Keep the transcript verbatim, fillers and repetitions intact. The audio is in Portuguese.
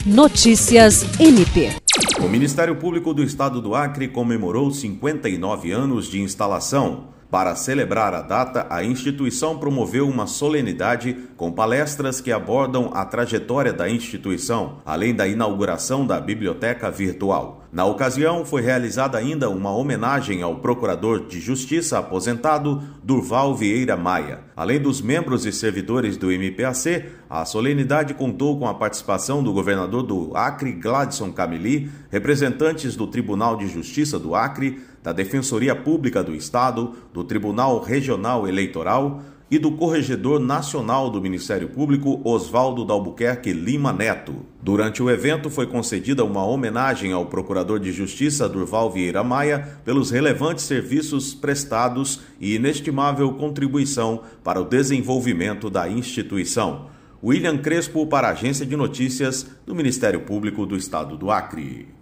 Notícias M P. O Ministério Público do Estado do Acre comemorou cinquenta e nove anos de instalação. Para celebrar a data, a instituição promoveu uma solenidade com palestras que abordam a trajetória da instituição, além da inauguração da biblioteca virtual. Na ocasião, foi realizada ainda uma homenagem ao Procurador de Justiça aposentado, Durval Vieira Maia. Além dos membros e servidores do M P A C, a solenidade contou com a participação do governador do Acre, Gladson Camili, representantes do Tribunal de Justiça do Acre, da Defensoria Pública do Estado, do Tribunal Regional Eleitoral e do Corregedor Nacional do Ministério Público, Oswaldo Dalbuquerque Lima Neto. Durante o evento foi concedida uma homenagem ao Procurador de Justiça Durval Vieira Maia pelos relevantes serviços prestados e inestimável contribuição para o desenvolvimento da instituição. William Crespo para a Agência de Notícias do Ministério Público do Estado do Acre.